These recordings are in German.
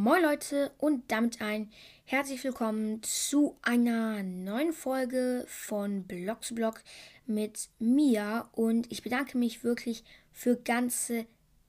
Moin Leute und damit ein herzlich willkommen zu einer neuen Folge von Blog zu Blog mit Mia, und ich bedanke mich wirklich für ganze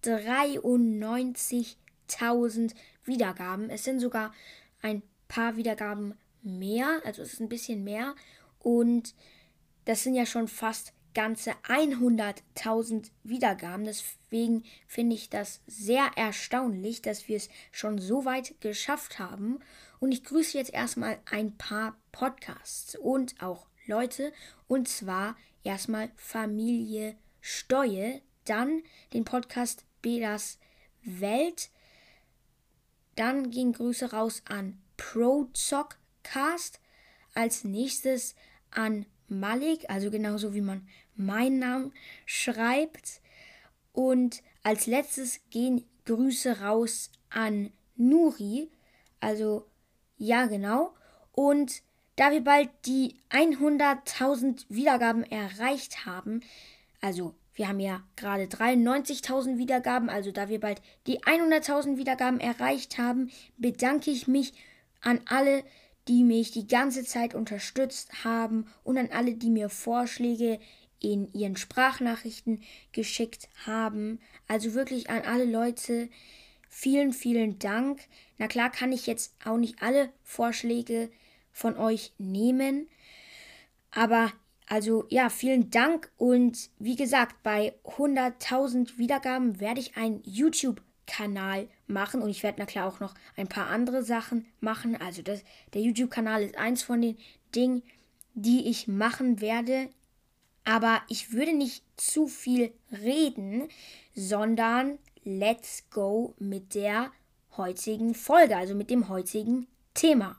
93.000 Wiedergaben. Es sind sogar ein paar Wiedergaben mehr, also es ist ein bisschen mehr, und das sind ja schon fast ganze 100.000 Wiedergaben. Deswegen finde ich das sehr erstaunlich, dass wir es schon so weit geschafft haben. Und ich grüße jetzt erstmal ein paar Podcasts und auch Leute. Und zwar erstmal Familie Steue, dann den Podcast Bedas Welt. Dann gehen Grüße raus an ProZockcast. Als nächstes an Malik, also genauso wie man meinen Namen schreibt. Und als letztes gehen Grüße raus an Nuri, also ja genau. Und da wir bald die 100.000 Wiedergaben erreicht haben, also wir haben ja gerade 93.000 Wiedergaben, also da wir bald die 100.000 Wiedergaben erreicht haben, bedanke ich mich an alle, die mich die ganze Zeit unterstützt haben, und an alle, die mir Vorschläge in ihren Sprachnachrichten geschickt haben. Also wirklich an alle Leute, vielen, vielen Dank. Na klar kann ich jetzt auch nicht alle Vorschläge von euch nehmen, aber also ja, vielen Dank, und wie gesagt, bei 100.000 Wiedergaben werde ich einen YouTube-Kanal machen, und ich werde na klar auch noch ein paar andere Sachen machen. Also der YouTube-Kanal ist eins von den Dingen, die ich machen werde. Aber ich würde nicht zu viel reden, sondern let's go mit der heutigen Folge, also mit dem heutigen Thema.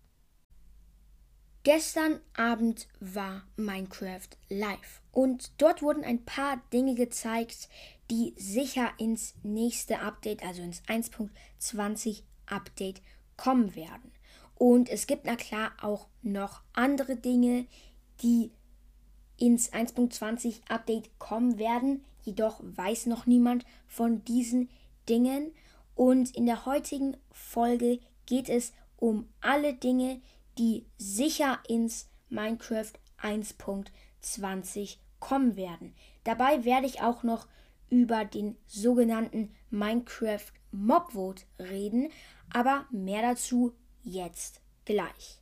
Gestern Abend war Minecraft live und dort wurden ein paar Dinge gezeigt, die sicher ins nächste Update, also ins 1.20 Update kommen werden. Und es gibt na klar auch noch andere Dinge, die ins 1.20 Update kommen werden, jedoch weiß noch niemand von diesen Dingen. Und in der heutigen Folge geht es um alle Dinge, die sicher ins Minecraft 1.20 kommen werden. Dabei werde ich auch noch über den sogenannten Minecraft Mob Vote reden, aber mehr dazu jetzt gleich.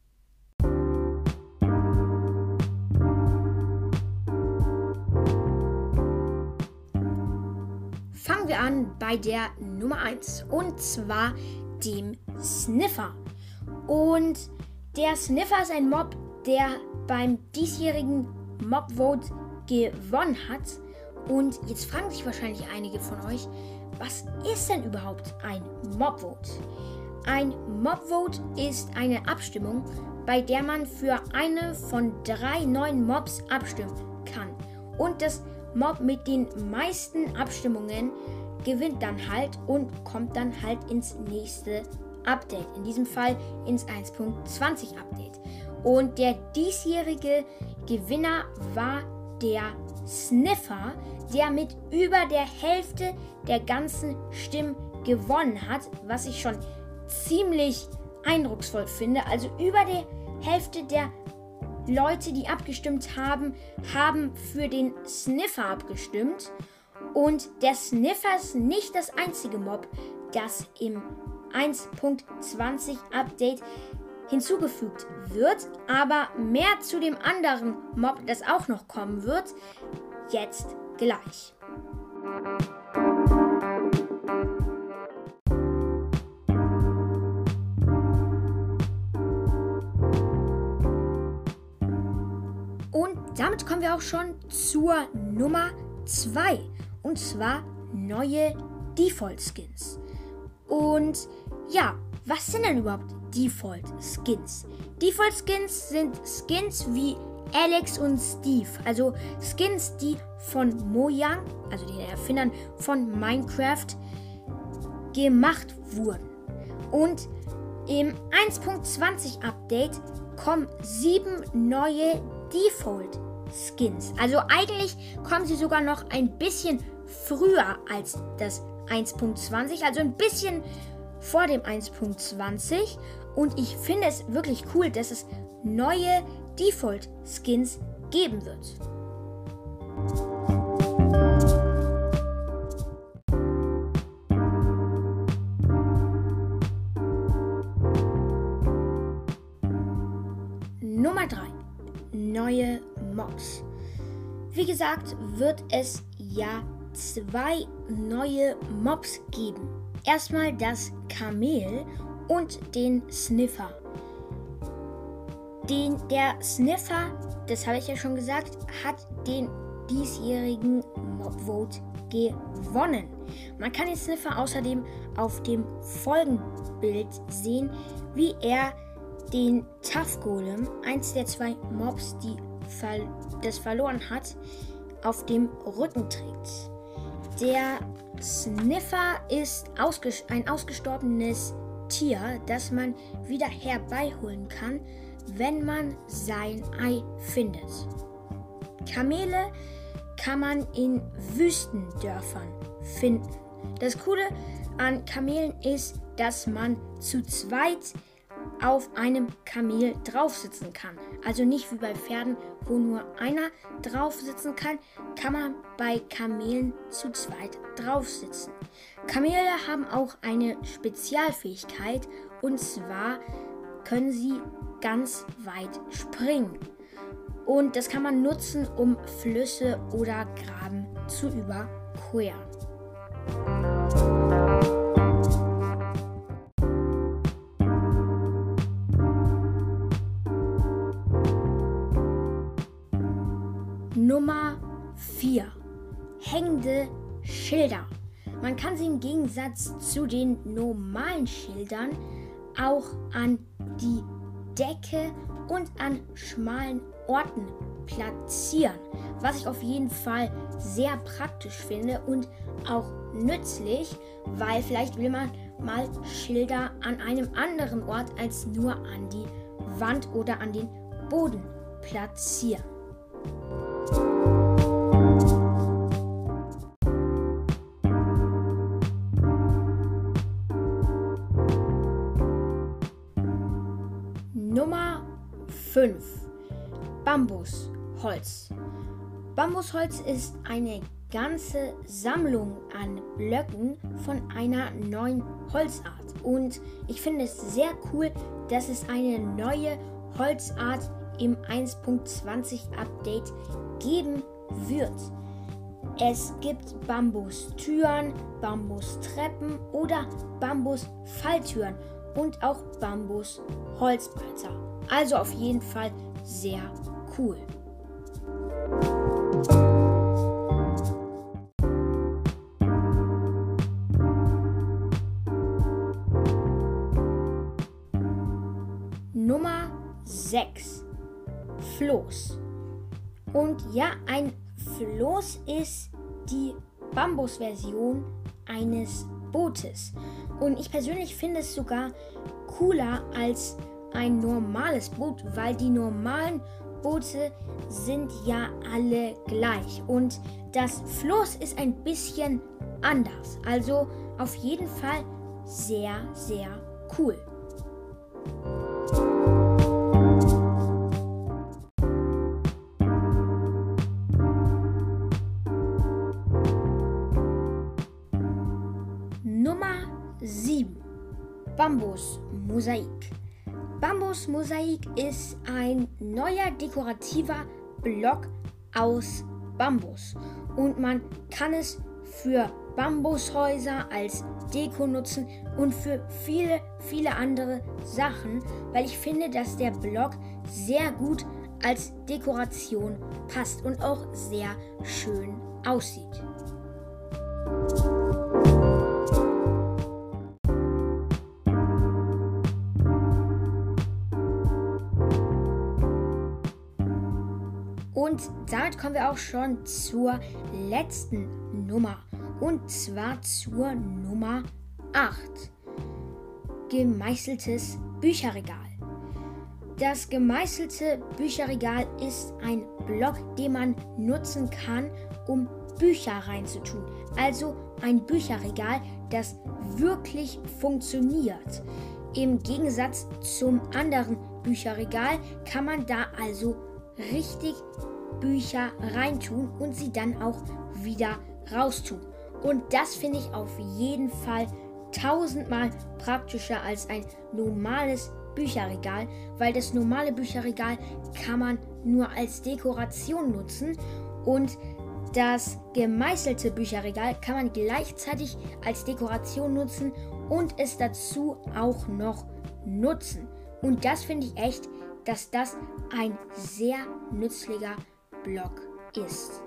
Fangen wir an bei der Nummer 1, und zwar dem Sniffer. Und der Sniffer ist ein Mob, der beim diesjährigen Mob Vote gewonnen hat. Und jetzt fragen sich wahrscheinlich einige von euch, was ist denn überhaupt ein Mob Vote? Ein Mob Vote ist eine Abstimmung, bei der man für eine von 3 neuen Mobs abstimmen kann. Und das Mob mit den meisten Abstimmungen gewinnt dann halt und kommt dann halt ins nächste Update. In diesem Fall ins 1.20 Update. Und der diesjährige Gewinner war der Sniffer, der mit über der Hälfte der ganzen Stimmen gewonnen hat, was ich schon ziemlich eindrucksvoll finde. Also über die Hälfte der Leute, die abgestimmt haben, haben für den Sniffer abgestimmt. Und der Sniffer ist nicht das einzige Mob, das im 1.20 Update hinzugefügt wird, aber mehr zu dem anderen Mob, das auch noch kommen wird, jetzt gleich. Und damit kommen wir auch schon zur Nummer 2, und zwar neue Default Skins. Und ja, was sind denn überhaupt Default Skins? Default Skins sind Skins wie Alex und Steve, also Skins, die von Mojang, also den Erfindern von Minecraft, gemacht wurden. Und im 1.20 Update kommen 7 neue Default Skins. Also eigentlich kommen sie sogar noch ein bisschen früher als das 1.20, also ein bisschen vor dem 1.20 und ich finde es wirklich cool, dass es neue Default-Skins geben wird. Nummer 3. Neue Mobs. Wie gesagt, wird es ja 2 neue Mobs geben. Erstmal das Kamel und den Sniffer. Der Sniffer, das habe ich ja schon gesagt, hat den diesjährigen Mob-Vote gewonnen. Man kann den Sniffer außerdem auf dem Folgenbild sehen, wie er den Tough Golem, eins der 2 Mobs, die das verloren hat, auf dem Rücken trägt. Der Sniffer ist ein ausgestorbenes Tier, das man wieder herbeiholen kann, wenn man sein Ei findet. Kamele kann man in Wüstendörfern finden. Das Coole an Kamelen ist, dass man zu zweit auf einem Kamel drauf sitzen kann. Also nicht wie bei Pferden, wo nur einer drauf sitzen kann, kann man bei Kamelen zu zweit drauf sitzen. Kamele haben auch eine Spezialfähigkeit, und zwar können sie ganz weit springen. Und das kann man nutzen, um Flüsse oder Graben zu überqueren. Nummer 4. Hängende Schilder. Man kann sie im Gegensatz zu den normalen Schildern auch an die Decke und an schmalen Orten platzieren, was ich auf jeden Fall sehr praktisch finde und auch nützlich, weil vielleicht will man mal Schilder an einem anderen Ort als nur an die Wand oder an den Boden platzieren. Nummer 5. Bambusholz. Bambusholz ist eine ganze Sammlung an Blöcken von einer neuen Holzart. Und ich finde es sehr cool, dass es eine neue Holzart im 1.20 Update geben wird. Es gibt Bambustüren, Bambustreppen oder Bambusfalltüren und auch Bambusholzbretter. Also auf jeden Fall sehr cool. Nummer 6. Floß. Und ja, ein Floß ist die Bambusversion eines Bootes. Und ich persönlich finde es sogar cooler als ein normales Boot, weil die normalen Boote sind ja alle gleich. Und das Floß ist ein bisschen anders. Also auf jeden Fall sehr, sehr cool. Nummer 7. Bambusmosaik. Bambusmosaik ist ein neuer dekorativer Block aus Bambus und man kann es für Bambushäuser als Deko nutzen und für viele, viele andere Sachen, weil ich finde, dass der Block sehr gut als Dekoration passt und auch sehr schön aussieht. Und damit kommen wir auch schon zur letzten Nummer. Und zwar zur Nummer 8. Gemeißeltes Bücherregal. Das gemeißelte Bücherregal ist ein Block, den man nutzen kann, um Bücher reinzutun. Also ein Bücherregal, das wirklich funktioniert. Im Gegensatz zum anderen Bücherregal kann man da also richtig Bücher reintun und sie dann auch wieder raustun. Und das finde ich auf jeden Fall tausendmal praktischer als ein normales Bücherregal, weil das normale Bücherregal kann man nur als Dekoration nutzen und das gemeißelte Bücherregal kann man gleichzeitig als Dekoration nutzen und es dazu auch noch nutzen. Und das finde ich echt, dass das ein sehr nützlicher Block ist.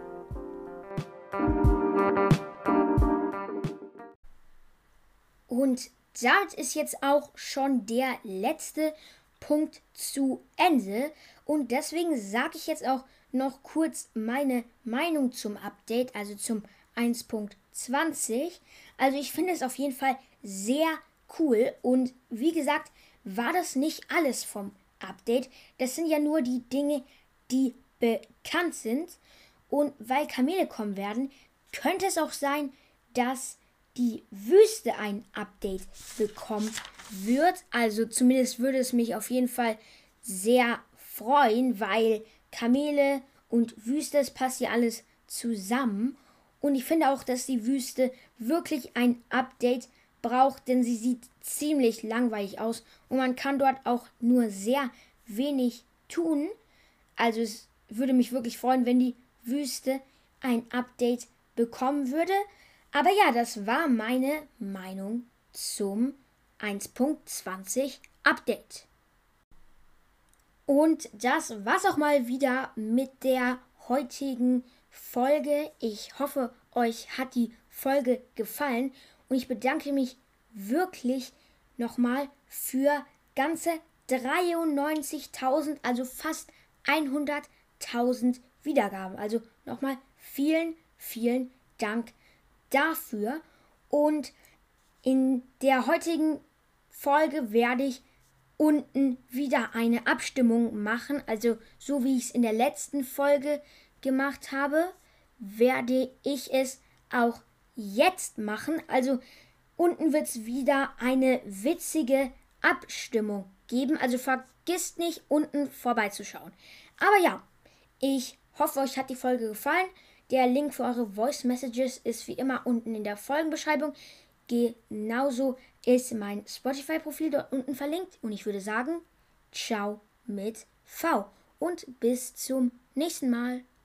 Und damit ist jetzt auch schon der letzte Punkt zu Ende. Und deswegen sage ich jetzt auch noch kurz meine Meinung zum Update, also zum 1.20. Also ich finde es auf jeden Fall sehr cool. Und wie gesagt, war das nicht alles vom Update. Das sind ja nur die Dinge, die bekannt sind. Und weil Kamele kommen werden, könnte es auch sein, dass die Wüste ein Update bekommen wird. Also zumindest würde es mich auf jeden Fall sehr freuen, weil Kamele und Wüste, es passt ja alles zusammen. Und ich finde auch, dass die Wüste wirklich ein Update braucht, denn sie sieht ziemlich langweilig aus und man kann dort auch nur sehr wenig tun. Also es würde mich wirklich freuen, wenn die Wüste ein Update bekommen würde. Aber ja, das war meine Meinung zum 1.20 Update. Und das war's auch mal wieder mit der heutigen Folge. Ich hoffe, euch hat die Folge gefallen und ich bedanke mich wirklich nochmal für ganze 93.000, also fast 100.000 Wiedergaben. Also nochmal vielen, vielen Dank dafür. Und in der heutigen Folge werde ich unten wieder eine Abstimmung machen. Also so wie ich es in der letzten Folge gemacht habe, werde ich es auch jetzt machen. Also unten wird es wieder eine witzige Abstimmung geben. Also vergisst nicht, unten vorbeizuschauen. Aber ja, ich hoffe, euch hat die Folge gefallen. Der Link für eure Voice Messages ist wie immer unten in der Folgenbeschreibung. Genauso ist mein Spotify-Profil dort unten verlinkt. Und ich würde sagen, ciao mit V. Und bis zum nächsten Mal.